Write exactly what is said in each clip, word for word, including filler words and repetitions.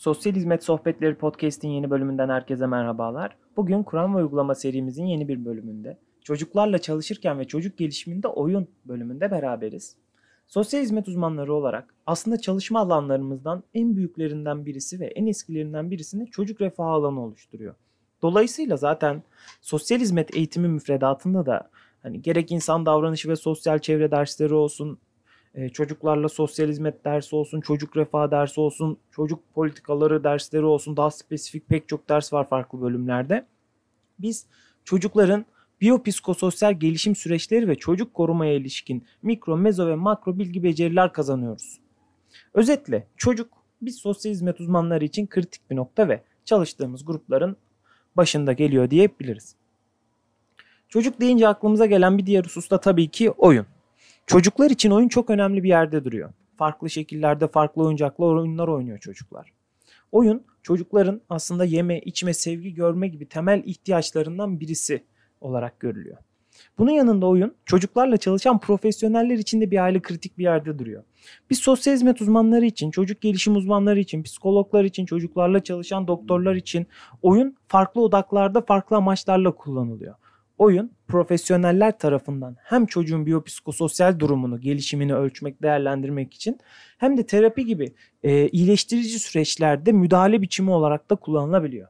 Sosyal Hizmet Sohbetleri Podcast'in yeni bölümünden herkese merhabalar. Bugün Kur'an ve Uygulama serimizin yeni bir bölümünde, çocuklarla çalışırken ve çocuk gelişiminde oyun bölümünde beraberiz. Sosyal hizmet uzmanları olarak aslında çalışma alanlarımızdan en büyüklerinden birisi ve en eskilerinden birisini çocuk refahı alanı oluşturuyor. Dolayısıyla zaten sosyal hizmet eğitimi müfredatında da hani gerek insan davranışı ve sosyal çevre dersleri olsun, çocuklarla sosyal hizmet dersi olsun, çocuk refahı dersi olsun, çocuk politikaları dersleri olsun, daha spesifik pek çok ders var farklı bölümlerde. Biz çocukların biyopsikososyal gelişim süreçleri ve çocuk korumaya ilişkin mikro, mezo ve makro bilgi beceriler kazanıyoruz. Özetle çocuk biz sosyal hizmet uzmanları için kritik bir nokta ve çalıştığımız grupların başında geliyor diyebiliriz. Çocuk deyince aklımıza gelen bir diğer husus da tabii ki oyun. Çocuklar için oyun çok önemli bir yerde duruyor. Farklı şekillerde farklı oyuncaklar, oyunlar oynuyor çocuklar. Oyun çocukların aslında yeme, içme, sevgi görme gibi temel ihtiyaçlarından birisi olarak görülüyor. Bunun yanında oyun çocuklarla çalışan profesyoneller için de bir aile kritik bir yerde duruyor. Biz sosyal hizmet uzmanları için, çocuk gelişim uzmanları için, psikologlar için, çocuklarla çalışan doktorlar için oyun farklı odaklarda farklı amaçlarla kullanılıyor. Oyun profesyoneller tarafından hem çocuğun biyopsikososyal durumunu, gelişimini ölçmek, değerlendirmek için hem de terapi gibi e, iyileştirici süreçlerde müdahale biçimi olarak da kullanılabiliyor.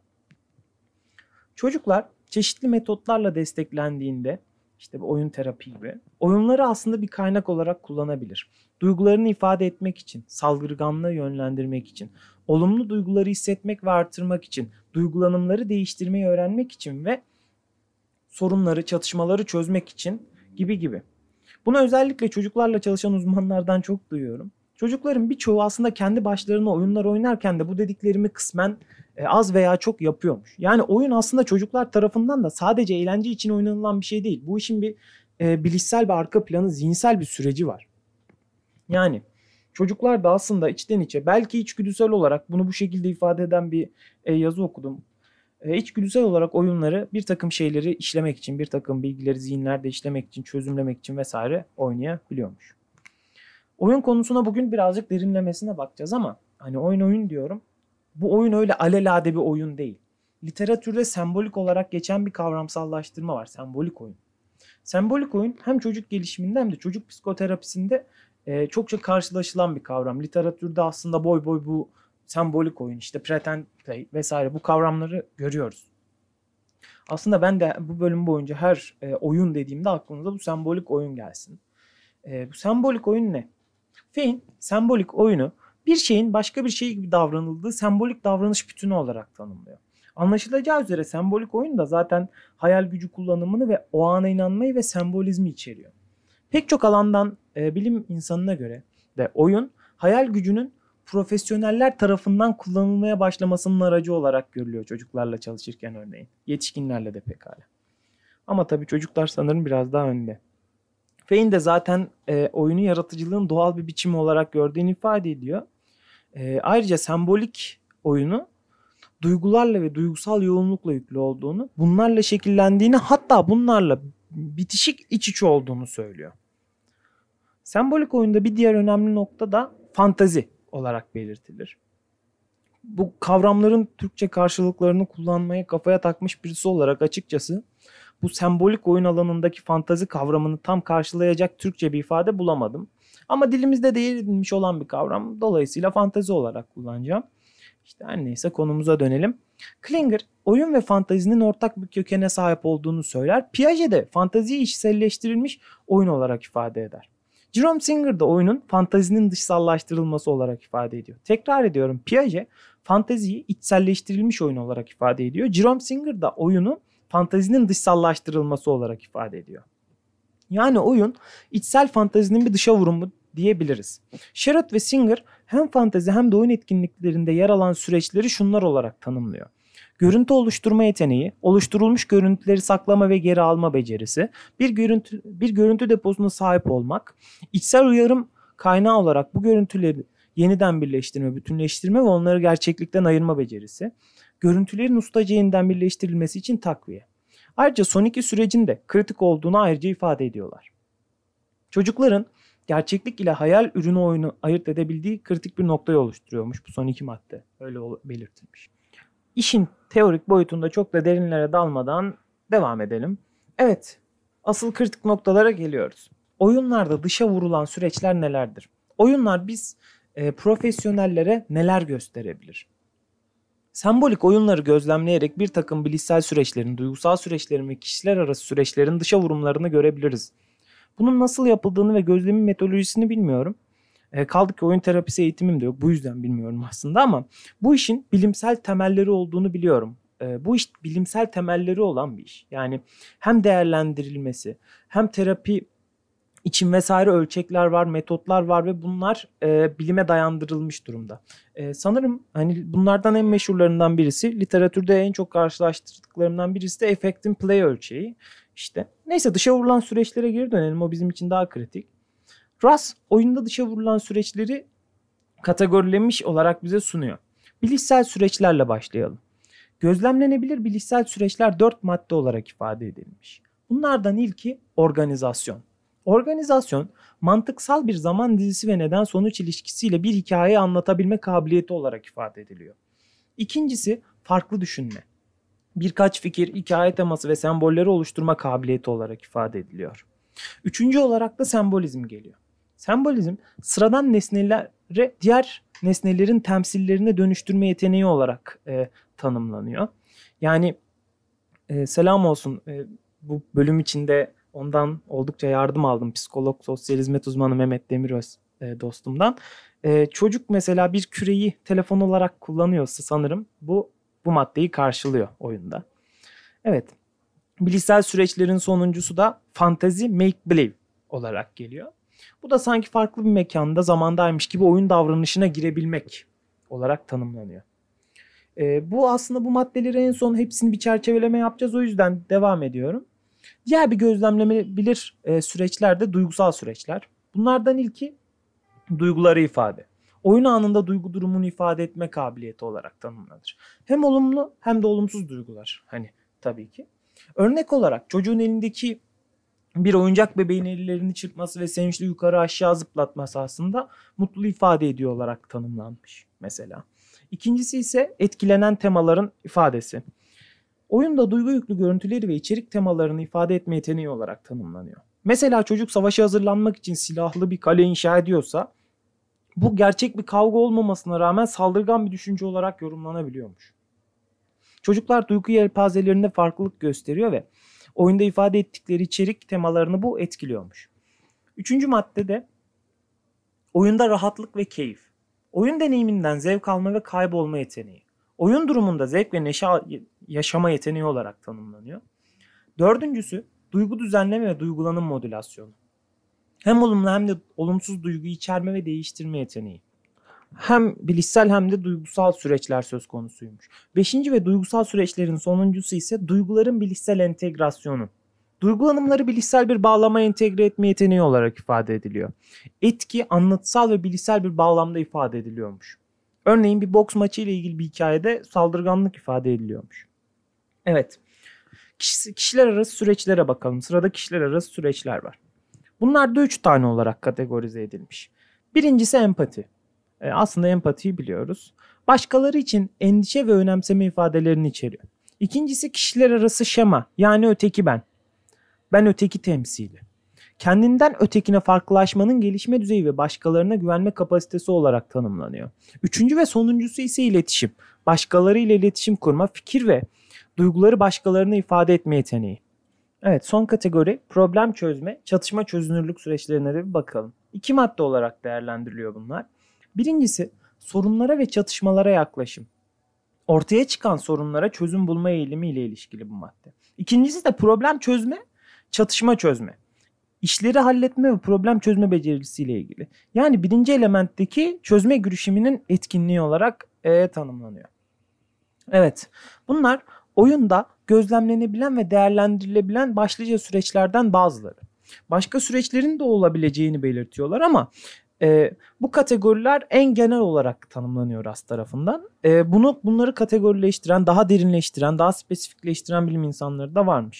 Çocuklar çeşitli metotlarla desteklendiğinde, işte bu oyun terapi gibi, oyunları aslında bir kaynak olarak kullanabilir. Duygularını ifade etmek için, saldırganlığı yönlendirmek için, olumlu duyguları hissetmek ve artırmak için, duygulanımları değiştirmeyi öğrenmek için ve sorunları, çatışmaları çözmek için gibi gibi. Bunu özellikle çocuklarla çalışan uzmanlardan çok duyuyorum. Çocukların birçoğu aslında kendi başlarına oyunlar oynarken de bu dediklerimi kısmen az veya çok yapıyormuş. Yani oyun aslında çocuklar tarafından da sadece eğlence için oynanılan bir şey değil. Bu işin bir e, bilişsel bir arka planı, zihinsel bir süreci var. Yani çocuklar da aslında içten içe, belki içgüdüsel olarak bunu bu şekilde ifade eden bir e, yazı okudum. İçgüdüsel olarak oyunları bir takım şeyleri işlemek için, bir takım bilgileri zihinlerde işlemek için, çözümlemek için vesaire oynayabiliyormuş. Oyun konusuna bugün birazcık derinlemesine bakacağız ama hani oyun oyun diyorum. Bu oyun öyle alelade bir oyun değil. Literatürde sembolik olarak geçen bir kavramsallaştırma var. Sembolik oyun. Sembolik oyun hem çocuk gelişiminde hem de çocuk psikoterapisinde e, çokça karşılaşılan bir kavram. Literatürde aslında boy boy bu sembolik oyun, işte pretend play vesaire bu kavramları görüyoruz. Aslında ben de bu bölüm boyunca her e, oyun dediğimde aklınıza bu sembolik oyun gelsin. E, bu sembolik oyun ne? Fein sembolik oyunu bir şeyin başka bir şey gibi davranıldığı sembolik davranış bütünü olarak tanımlıyor. Anlaşılacağı üzere sembolik oyun da zaten hayal gücü kullanımını ve o ana inanmayı ve sembolizmi içeriyor. Pek çok alandan e, bilim insanına göre de oyun hayal gücünün profesyoneller tarafından kullanılmaya başlamasının aracı olarak görülüyor çocuklarla çalışırken örneğin. Yetişkinlerle de pekala. Ama tabii çocuklar sanırım biraz daha önde. Fein de zaten e, oyunu yaratıcılığın doğal bir biçimi olarak gördüğünü ifade ediyor. E, ayrıca sembolik oyunu duygularla ve duygusal yoğunlukla yüklü olduğunu, bunlarla şekillendiğini, hatta bunlarla bitişik iç içe olduğunu söylüyor. Sembolik oyunda bir diğer önemli nokta da fantazi olarak belirtilir. Bu kavramların Türkçe karşılıklarını kullanmaya kafaya takmış birisi olarak açıkçası bu sembolik oyun alanındaki fantazi kavramını tam karşılayacak Türkçe bir ifade bulamadım. Ama dilimizde de yer edinmiş olan bir kavram. Dolayısıyla fantazi olarak kullanacağım. İşte her neyse konumuza dönelim. Klinger oyun ve fantazinin ortak bir kökene sahip olduğunu söyler. Piaget de fantaziyi içselleştirilmiş oyun olarak ifade eder. Jerome Singer da oyunun fantazinin dışsallaştırılması olarak ifade ediyor. Tekrar ediyorum, Piaget fantaziyi içselleştirilmiş oyun olarak ifade ediyor. Jerome Singer da oyunu fantazinin dışsallaştırılması olarak ifade ediyor. Yani oyun içsel fantazinin bir dışa vurumu diyebiliriz. Sherrod ve Singer hem fantezi hem de oyun etkinliklerinde yer alan süreçleri şunlar olarak tanımlıyor. Görüntü oluşturma yeteneği, oluşturulmuş görüntüleri saklama ve geri alma becerisi, bir görüntü bir görüntü deposuna sahip olmak, içsel uyarım kaynağı olarak bu görüntüleri yeniden birleştirme, bütünleştirme ve onları gerçeklikten ayırma becerisi, görüntülerin ustaca yeniden birleştirilmesi için takviye. Ayrıca son iki sürecin de kritik olduğunu ayrıca ifade ediyorlar. Çocukların gerçeklik ile hayal ürünü oyunu ayırt edebildiği kritik bir noktayı oluşturuyormuş bu son iki madde. Öyle belirtilmiş. İşin teorik boyutunda çok da derinlere dalmadan devam edelim. Evet, asıl kritik noktalara geliyoruz. Oyunlarda dışa vurulan süreçler nelerdir? Oyunlar biz e, profesyonellere neler gösterebilir? Sembolik oyunları gözlemleyerek bir takım bilişsel süreçlerin, duygusal süreçlerin ve kişiler arası süreçlerin dışa vurumlarını görebiliriz. Bunun nasıl yapıldığını ve gözlemin metodolojisini bilmiyorum. E, kaldı ki oyun terapisi eğitimim de yok. Bu yüzden bilmiyorum aslında ama bu işin bilimsel temelleri olduğunu biliyorum. E, bu iş bilimsel temelleri olan bir iş. Yani hem değerlendirilmesi hem terapi için vesaire ölçekler var, metotlar var ve bunlar e, bilime dayandırılmış durumda. E, sanırım hani bunlardan en meşhurlarından birisi, literatürde en çok karşılaştırdıklarımdan birisi de affect play ölçeği. İşte neyse, dışa vurulan süreçlere geri dönelim. O bizim için daha kritik. Russ oyunda dışa vurulan süreçleri kategorilemiş olarak bize sunuyor. Bilişsel süreçlerle başlayalım. Gözlemlenebilir bilişsel süreçler dört madde olarak ifade edilmiş. Bunlardan ilki organizasyon. Organizasyon, mantıksal bir zaman dizisi ve neden-sonuç ilişkisiyle bir hikayeyi anlatabilme kabiliyeti olarak ifade ediliyor. İkincisi, farklı düşünme. Birkaç fikir, hikaye teması ve sembolleri oluşturma kabiliyeti olarak ifade ediliyor. Üçüncü olarak da sembolizm geliyor. Sembolizm, sıradan nesneleri diğer nesnelerin temsillerine dönüştürme yeteneği olarak e, tanımlanıyor. Yani e, selam olsun, e, bu bölüm içinde ondan oldukça yardım aldım. Psikolog, sosyal hizmet uzmanı Mehmet Demiröz e, dostumdan. E, çocuk mesela bir küreyi telefon olarak kullanıyorsa sanırım bu bu maddeyi karşılıyor oyunda. Evet. Bilişsel süreçlerin sonuncusu da fantasy make believe olarak geliyor. Bu da sanki farklı bir mekanda, zamandaymış gibi oyun davranışına girebilmek olarak tanımlanıyor. E, bu aslında bu maddeleri en son hepsini bir çerçeveleme yapacağız. O yüzden devam ediyorum. Diğer bir gözlemlenebilir e, süreçler de duygusal süreçler. Bunlardan ilki duyguları ifade. Oyun anında duygu durumunu ifade etme kabiliyeti olarak tanımlanır. Hem olumlu hem de olumsuz duygular. Hani tabii ki. Örnek olarak çocuğun elindeki bir oyuncak bebeğin ellerini çırpması ve sevinçli yukarı aşağı zıplatması aslında mutluluğu ifade ediyor olarak tanımlanmış mesela. İkincisi ise etkilenen temaların ifadesi. Oyunda duygu yüklü görüntüleri ve içerik temalarını ifade etme yeteneği olarak tanımlanıyor. Mesela çocuk savaşa hazırlanmak için silahlı bir kale inşa ediyorsa bu gerçek bir kavga olmamasına rağmen saldırgan bir düşünce olarak yorumlanabiliyormuş. Çocuklar duygu yelpazelerinde farklılık gösteriyor ve oyunda ifade ettikleri içerik temalarını bu etkiliyormuş. Üçüncü madde de oyunda rahatlık ve keyif. Oyun deneyiminden zevk alma ve kaybolma yeteneği. Oyun durumunda zevk ve neşe yaşama yeteneği olarak tanımlanıyor. Dördüncüsü duygu düzenleme ve duygulanım modülasyonu. Hem olumlu hem de olumsuz duygu içerme ve değiştirme yeteneği. Hem bilişsel hem de duygusal süreçler söz konusuymuş. Beşinci ve duygusal süreçlerin sonuncusu ise duyguların bilişsel entegrasyonu. Duygulanımları bilişsel bir bağlama entegre etme yeteneği olarak ifade ediliyor. Etki anlatısal ve bilişsel bir bağlamda ifade ediliyormuş. Örneğin bir boks maçı ile ilgili bir hikayede saldırganlık ifade ediliyormuş. Evet. Kişiler arası süreçlere bakalım. Sırada kişiler arası süreçler var. Bunlar da üç tane olarak kategorize edilmiş. Birincisi empati. E, aslında empatiyi biliyoruz. Başkaları için endişe ve önemseme ifadelerini içeriyor. İkincisi kişiler arası şema, yani öteki ben. Ben öteki temsili. Kendinden ötekine farklılaşmanın gelişme düzeyi ve başkalarına güvenme kapasitesi olarak tanımlanıyor. Üçüncü ve sonuncusu ise iletişim. Başkalarıyla iletişim kurma, fikir ve duyguları başkalarına ifade etme yeteneği. Evet, son kategori problem çözme, çatışma çözünürlük süreçlerine de bir bakalım. İki madde olarak değerlendiriliyor bunlar. Birincisi sorunlara ve çatışmalara yaklaşım. Ortaya çıkan sorunlara çözüm bulma eğilimi ile ilişkili bu madde. İkincisi de problem çözme, çatışma çözme. İşleri halletme ve problem çözme becerisiyle ilgili. Yani birinci elementteki çözme girişiminin etkinliği olarak e, tanımlanıyor. Evet, bunlar oyunda gözlemlenebilen ve değerlendirilebilen başlıca süreçlerden bazıları. Başka süreçlerin de olabileceğini belirtiyorlar ama e, bu kategoriler en genel olarak tanımlanıyor Russ tarafından. E, bunu bunları kategorileştiren, daha derinleştiren, daha spesifikleştiren bilim insanları da varmış.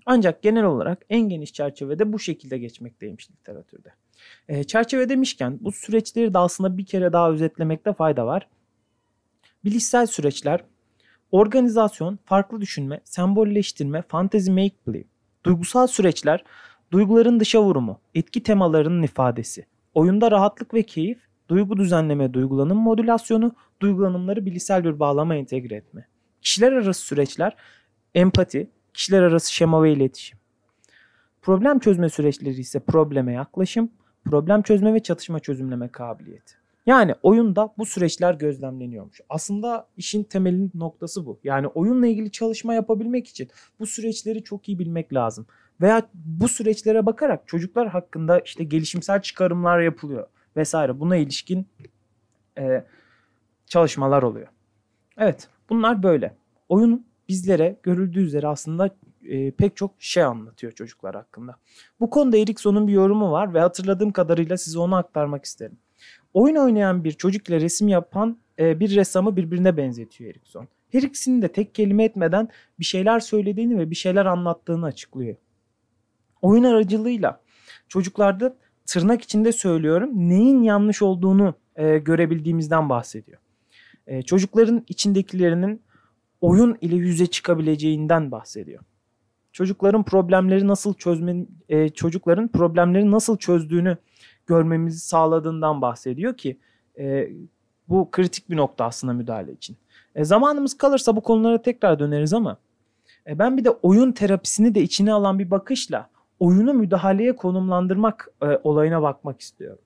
Ancak genel olarak en geniş çerçevede bu şekilde geçmekteymiş literatürde. E, çerçeve demişken bu süreçleri de aslında bir kere daha özetlemekte fayda var. Bilişsel süreçler, organizasyon, farklı düşünme, sembolleştirme, fantezi, make believe. Duygusal süreçler, duyguların dışa vurumu, etki temalarının ifadesi. Oyunda rahatlık ve keyif, duygu düzenleme, duygulanım modülasyonu, duygulanımları bilişsel bir bağlama entegre etme. Kişiler arası süreçler, empati, kişiler arası şema ve iletişim. Problem çözme süreçleri ise probleme yaklaşım, problem çözme ve çatışma çözümleme kabiliyeti. Yani oyunda bu süreçler gözlemleniyormuş. Aslında işin temelinin noktası bu. Yani oyunla ilgili çalışma yapabilmek için bu süreçleri çok iyi bilmek lazım. Veya bu süreçlere bakarak çocuklar hakkında işte gelişimsel çıkarımlar yapılıyor vesaire. Buna ilişkin e, çalışmalar oluyor. Evet, bunlar böyle. Oyun bizlere görüldüğü üzere aslında e, pek çok şey anlatıyor çocuklar hakkında. Bu konuda Erikson'un bir yorumu var ve hatırladığım kadarıyla size onu aktarmak isterim. Oyun oynayan bir çocuk ile resim yapan e, bir ressamı birbirine benzetiyor Erikson. Her ikisinin de tek kelime etmeden bir şeyler söylediğini ve bir şeyler anlattığını açıklıyor. Oyun aracılığıyla çocuklarda, tırnak içinde söylüyorum, neyin yanlış olduğunu e, görebildiğimizden bahsediyor. E, çocukların içindekilerinin oyun ile yüze çıkabileceğinden bahsediyor. Çocukların problemleri nasıl çözme, e, çocukların problemleri nasıl çözdüğünü görmemizi sağladığından bahsediyor ki e, bu kritik bir nokta aslında müdahale için. E, zamanımız kalırsa bu konulara tekrar döneriz ama e, ben bir de oyun terapisini de içine alan bir bakışla oyunu müdahaleye konumlandırmak e, olayına bakmak istiyorum.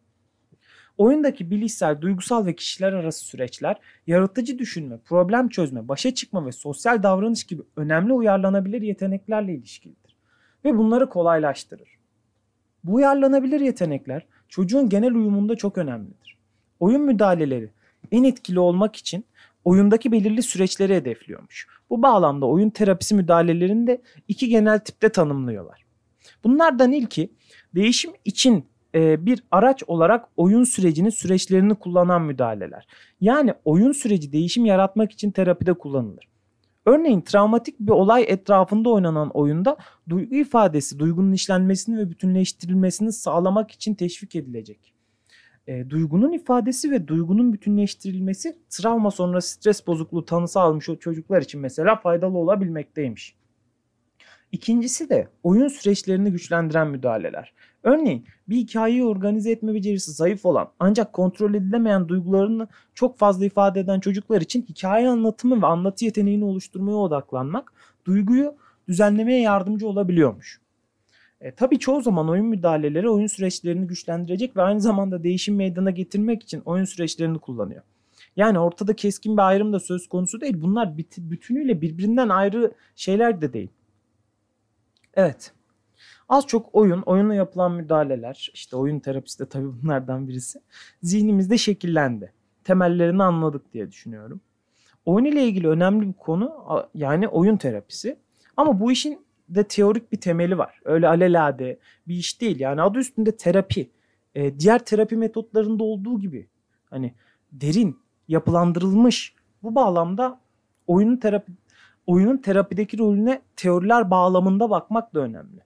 Oyundaki bilişsel, duygusal ve kişiler arası süreçler, yaratıcı düşünme, problem çözme, başa çıkma ve sosyal davranış gibi önemli uyarlanabilir yeteneklerle ilişkilidir ve bunları kolaylaştırır. Bu uyarlanabilir yetenekler çocuğun genel uyumunda çok önemlidir. Oyun müdahaleleri en etkili olmak için oyundaki belirli süreçleri hedefliyormuş. Bu bağlamda oyun terapisi müdahalelerini de iki genel tipte tanımlıyorlar. Bunlardan ilki değişim için bir araç olarak oyun sürecinin süreçlerini kullanan müdahaleler. Yani oyun süreci değişim yaratmak için terapide kullanılır. Örneğin travmatik bir olay etrafında oynanan oyunda duygu ifadesi, duygunun işlenmesini ve bütünleştirilmesini sağlamak için teşvik edilecek. E, duygunun ifadesi ve duygunun bütünleştirilmesi travma sonrası stres bozukluğu tanısı almış o çocuklar için mesela faydalı olabilmekteymiş. İkincisi de oyun süreçlerini güçlendiren müdahaleler. Örneğin bir hikayeyi organize etme becerisi zayıf olan ancak kontrol edilemeyen duygularını çok fazla ifade eden çocuklar için hikaye anlatımı ve anlatı yeteneğini oluşturmaya odaklanmak duyguyu düzenlemeye yardımcı olabiliyormuş. E, tabii çoğu zaman oyun müdahaleleri oyun süreçlerini güçlendirecek ve aynı zamanda değişim meydana getirmek için oyun süreçlerini kullanıyor. Yani ortada keskin bir ayrım da söz konusu değil. Bunlar bütünüyle birbirinden ayrı şeyler de değil. Evet. Az çok oyun, oyunla yapılan müdahaleler, işte oyun terapisi de tabii bunlardan birisi, zihnimizde şekillendi. Temellerini anladık diye düşünüyorum. Oyun ile ilgili önemli bir konu yani oyun terapisi. Ama bu işin de teorik bir temeli var. Öyle alelade bir iş değil. Yani adı üstünde terapi. Ee, diğer terapi metotlarında olduğu gibi hani derin, yapılandırılmış. Bu bağlamda oyunun terapi oyunun terapideki rolüne teoriler bağlamında bakmak da önemli.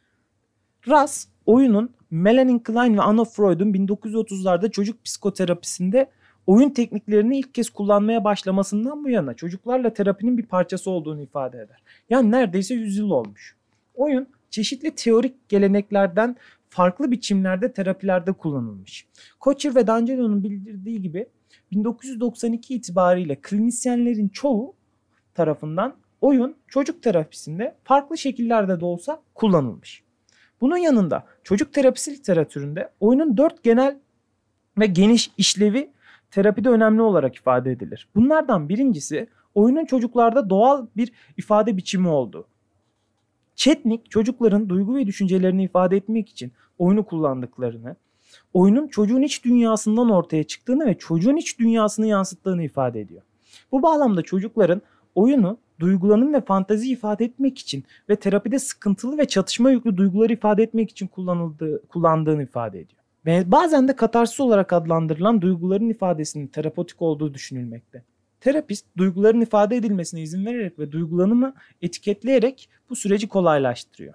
Russ, oyunun Melanie Klein ve Anna Freud'un bin dokuz yüz otuzlarda çocuk psikoterapisinde oyun tekniklerini ilk kez kullanmaya başlamasından bu yana çocuklarla terapinin bir parçası olduğunu ifade eder. Yani neredeyse yüz yıl olmuş. Oyun çeşitli teorik geleneklerden farklı biçimlerde terapilerde kullanılmış. Kocher ve D'Angelo'nun bildirdiği gibi bin dokuz yüz doksan iki itibariyle klinisyenlerin çoğu tarafından oyun çocuk terapisinde farklı şekillerde de olsa kullanılmış. Bunun yanında çocuk terapisi literatüründe oyunun dört genel ve geniş işlevi terapide önemli olarak ifade edilir. Bunlardan birincisi oyunun çocuklarda doğal bir ifade biçimi olduğu. Chetnik çocukların duygu ve düşüncelerini ifade etmek için oyunu kullandıklarını, oyunun çocuğun iç dünyasından ortaya çıktığını ve çocuğun iç dünyasını yansıttığını ifade ediyor. Bu bağlamda çocukların oyunu duygulanım ve fantezi ifade etmek için ve terapide sıkıntılı ve çatışma yüklü duyguları ifade etmek için kullanıldığı, kullandığını ifade ediyor. Ve bazen de katarsis olarak adlandırılan duyguların ifadesinin terapötik olduğu düşünülmekte. Terapist duyguların ifade edilmesine izin vererek ve duygulanımı etiketleyerek bu süreci kolaylaştırıyor.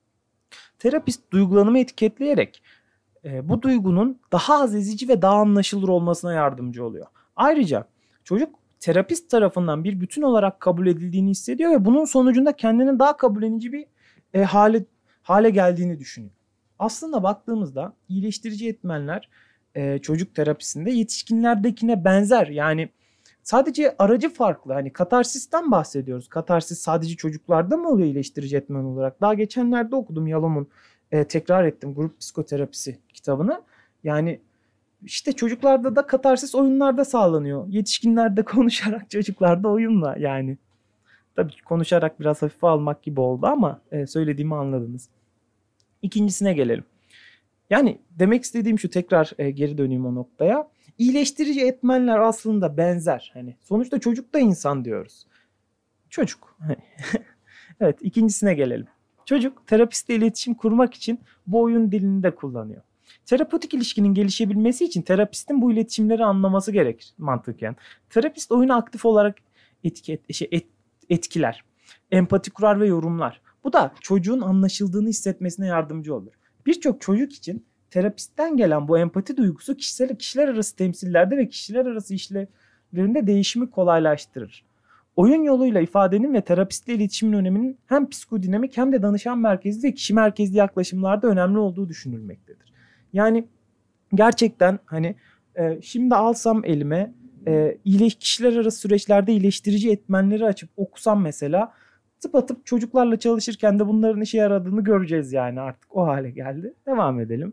Terapist duygulanımı etiketleyerek e, bu duygunun daha az ezici ve daha anlaşılır olmasına yardımcı oluyor. Ayrıca çocuk terapist tarafından bir bütün olarak kabul edildiğini hissediyor ve bunun sonucunda kendini daha kabullenici bir e, hale hale geldiğini düşünüyor. Aslında baktığımızda iyileştirici etmenler e, çocuk terapisinde yetişkinlerdekine benzer. Yani sadece aracı farklı. Hani katarsisten bahsediyoruz. Katarsis sadece çocuklarda mı oluyor iyileştirici etmen olarak? Daha geçenlerde okudum Yalom'un e, tekrar ettim grup psikoterapisi kitabını. Yani işte çocuklarda da katarsis oyunlarda sağlanıyor. Yetişkinlerde konuşarak, çocuklarda oyunla yani. Tabii ki konuşarak biraz hafife almak gibi oldu ama e, söylediğimi anladınız. İkincisine gelelim. Yani demek istediğim şu, tekrar e, geri döneyim o noktaya. İyileştirici etmenler aslında benzer. Hani sonuçta çocuk da insan diyoruz. Çocuk. Evet, ikincisine gelelim. Çocuk terapistle iletişim kurmak için bu oyun dilini de kullanıyor. Terapötik ilişkinin gelişebilmesi için terapistin bu iletişimleri anlaması gerekir mantıken. Terapist oyunu aktif olarak etiket, şey, et, etkiler. Empati kurar ve yorumlar. Bu da çocuğun anlaşıldığını hissetmesine yardımcı olur. Birçok çocuk için terapistten gelen bu empati duygusu kişisel, kişiler arası temsillerde ve kişiler arası işlevlerinde değişimi kolaylaştırır. Oyun yoluyla ifadenin ve terapistle iletişimin öneminin hem psikodinamik hem de danışan merkezli ve kişi merkezli yaklaşımlarda önemli olduğu düşünülmektedir. Yani gerçekten hani e, şimdi alsam elime e, iyileş, kişiler arası süreçlerde iyileştirici etmenleri açıp okusam mesela, tıpatıp çocuklarla çalışırken de bunların işe yaradığını göreceğiz yani, artık o hale geldi. Devam edelim.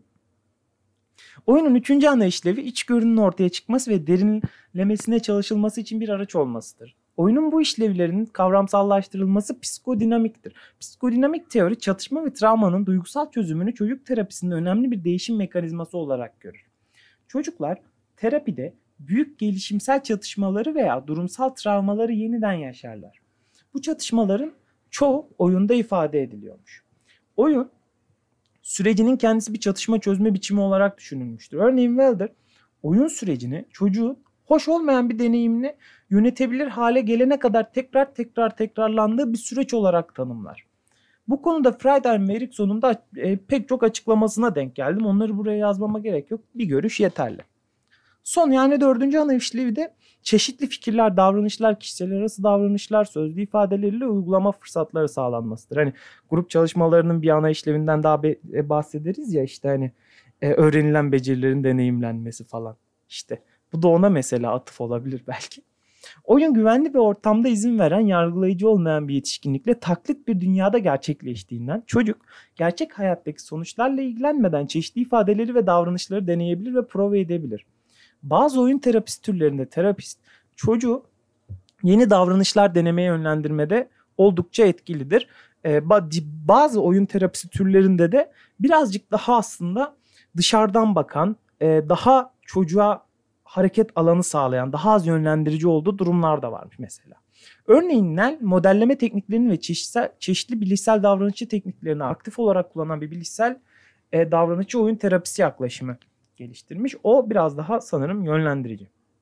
Oyunun üçüncü ana işlevi içgörünün ortaya çıkması ve derinlemesine çalışılması için bir araç olmasıdır. Oyunun bu işlevlerinin kavramsallaştırılması psikodinamiktir. Psikodinamik teori çatışma ve travmanın duygusal çözümünü çocuk terapisinde önemli bir değişim mekanizması olarak görür. Çocuklar terapide büyük gelişimsel çatışmaları veya durumsal travmaları yeniden yaşarlar. Bu çatışmaların çoğu oyunda ifade ediliyormuş. Oyun sürecinin kendisi bir çatışma çözme biçimi olarak düşünülmüştür. Örneğin Wilder oyun sürecini çocuğun hoş olmayan bir deneyimini yönetebilir hale gelene kadar tekrar tekrar tekrarlandığı bir süreç olarak tanımlar. Bu konuda Friedheim ve Erikson'un da e, pek çok açıklamasına denk geldim. Onları buraya yazmama gerek yok. Bir görüş yeterli. Son, yani dördüncü ana işlevi de çeşitli fikirler, davranışlar, kişisel arası davranışlar, sözlü ifadeleriyle uygulama fırsatları sağlanmasıdır. Hani grup çalışmalarının bir ana işlevinden daha be- bahsederiz ya, işte hani e, öğrenilen becerilerin deneyimlenmesi falan. İşte bu da ona mesela atıf olabilir belki. Oyun güvenli bir ortamda izin veren, yargılayıcı olmayan bir yetişkinlikle taklit bir dünyada gerçekleştiğinden çocuk gerçek hayattaki sonuçlarla ilgilenmeden çeşitli ifadeleri ve davranışları deneyebilir ve prova edebilir. Bazı oyun terapisi türlerinde terapist çocuğu yeni davranışlar denemeye yönlendirmede oldukça etkilidir. Ee, bazı oyun terapisi türlerinde de birazcık daha aslında dışarıdan bakan, daha çocuğa hareket alanı sağlayan, daha az yönlendirici olduğu durumlar da varmış mesela. Örneğin Nell, modelleme tekniklerini ve çeşitli, çeşitli bilişsel davranışçı tekniklerini aktif olarak kullanan bir bilişsel e, davranışçı oyun terapisi yaklaşımı geliştirmiş. O biraz daha sanırım yönlendirici.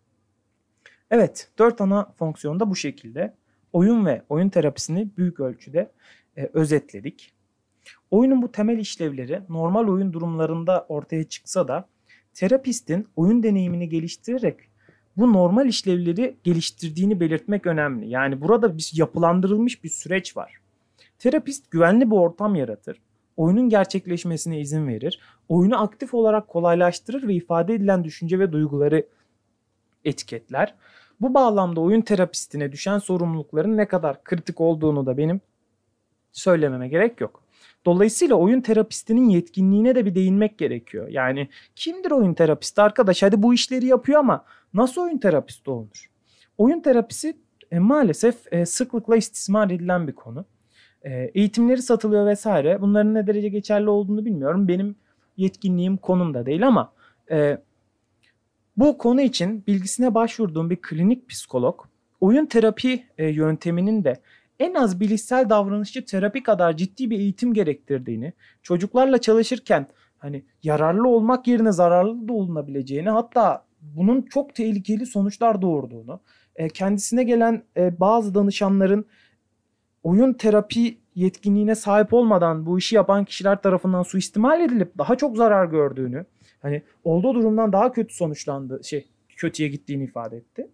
Evet, dört ana fonksiyon da bu şekilde. Oyun ve oyun terapisini büyük ölçüde e, özetledik. Oyunun bu temel işlevleri normal oyun durumlarında ortaya çıksa da terapistin oyun deneyimini geliştirerek bu normal işlevleri geliştirdiğini belirtmek önemli. Yani burada bir yapılandırılmış bir süreç var. Terapist güvenli bir ortam yaratır, oyunun gerçekleşmesine izin verir, oyunu aktif olarak kolaylaştırır ve ifade edilen düşünce ve duyguları etiketler. Bu bağlamda oyun terapistine düşen sorumlulukların ne kadar kritik olduğunu da benim söylememe gerek yok. Dolayısıyla oyun terapistinin yetkinliğine de bir değinmek gerekiyor. Yani kimdir oyun terapisti arkadaş? Hadi bu işleri yapıyor ama nasıl oyun terapisti olunur? Oyun terapisi e, maalesef e, sıklıkla istismar edilen bir konu. E, eğitimleri satılıyor vesaire. Bunların ne derece geçerli olduğunu bilmiyorum. Benim yetkinliğim konumda değil ama e, bu konu için bilgisine başvurduğum bir klinik psikolog oyun terapi e, yönteminin de en az bilişsel davranışçı terapi kadar ciddi bir eğitim gerektirdiğini, çocuklarla çalışırken hani yararlı olmak yerine zararlı da olunabileceğini, hatta bunun çok tehlikeli sonuçlar doğurduğunu e, kendisine gelen e, bazı danışanların oyun terapi yetkinliğine sahip olmadan bu işi yapan kişiler tarafından suistimal edilip daha çok zarar gördüğünü, hani olduğu durumdan daha kötü sonuçlandı, şey kötüye gittiğini ifade etti.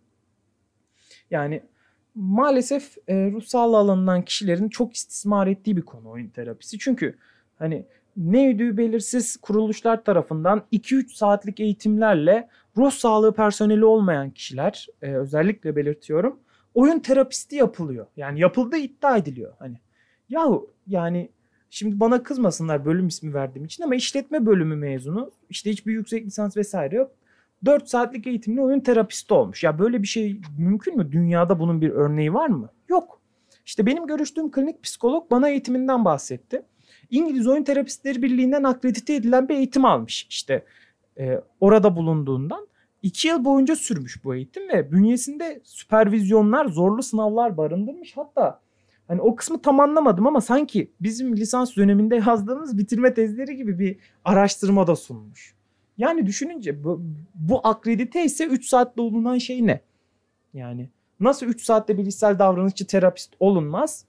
Yani maalesef e, ruh sağlığı alanından kişilerin çok istismar ettiği bir konu oyun terapisi. Çünkü hani neydi belirsiz kuruluşlar tarafından iki üç saatlik eğitimlerle ruh sağlığı personeli olmayan kişiler, e, özellikle belirtiyorum, oyun terapisti yapılıyor. Yani yapıldığı iddia ediliyor. Hani yahu yani şimdi bana kızmasınlar bölüm ismi verdiğim için ama işletme bölümü mezunu, işte hiçbir yüksek lisans vesaire yok. dört saatlik eğitimli oyun terapisti olmuş. Ya böyle bir şey mümkün mü? Dünyada bunun bir örneği var mı? Yok. İşte benim görüştüğüm klinik psikolog bana eğitiminden bahsetti. İngiliz Oyun Terapistleri Birliği'nden akredite edilen bir eğitim almış. İşte e, orada bulunduğundan. iki yıl boyunca sürmüş bu eğitim ve bünyesinde süpervizyonlar, zorlu sınavlar barındırmış. Hatta hani o kısmı tam anlamadım ama sanki bizim lisans döneminde yazdığımız bitirme tezleri gibi bir araştırma da sunmuş. Yani düşününce bu, bu akredite ise üç saatte olunan şey ne? Yani nasıl üç saatte bilişsel davranışçı terapist olunmaz?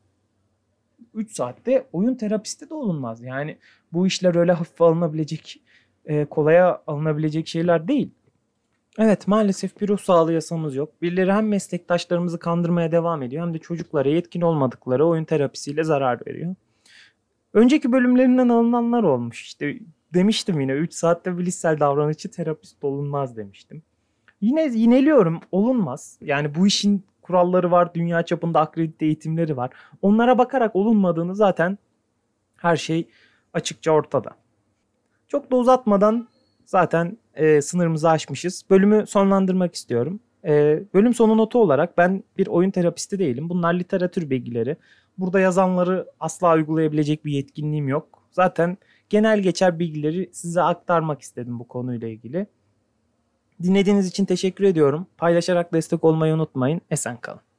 üç saatte oyun terapisti de olunmaz. Yani bu işler öyle hafife alınabilecek, e, kolaya alınabilecek şeyler değil. Evet, maalesef bir ruh sağlığı yasamız yok. Birileri hem meslektaşlarımızı kandırmaya devam ediyor hem de çocuklara yetkin olmadıkları oyun terapisiyle zarar veriyor. Önceki bölümlerinden alınanlar olmuş. İşte demiştim yine üç saatte bilişsel davranışçı terapist olunmaz demiştim. Yine yineliyorum, olunmaz. Yani bu işin kuralları var, dünya çapında akredite eğitimleri var. Onlara bakarak olunmadığını zaten her şey açıkça ortada. Çok da uzatmadan zaten e, sınırımızı aşmışız. Bölümü sonlandırmak istiyorum. E, bölüm sonu notu olarak ben bir oyun terapisti değilim. Bunlar literatür bilgileri. Burada yazanları asla uygulayabilecek bir yetkinliğim yok. Zaten genel geçer bilgileri size aktarmak istedim bu konuyla ilgili. Dinlediğiniz için teşekkür ediyorum. Paylaşarak destek olmayı unutmayın. Esen kalın.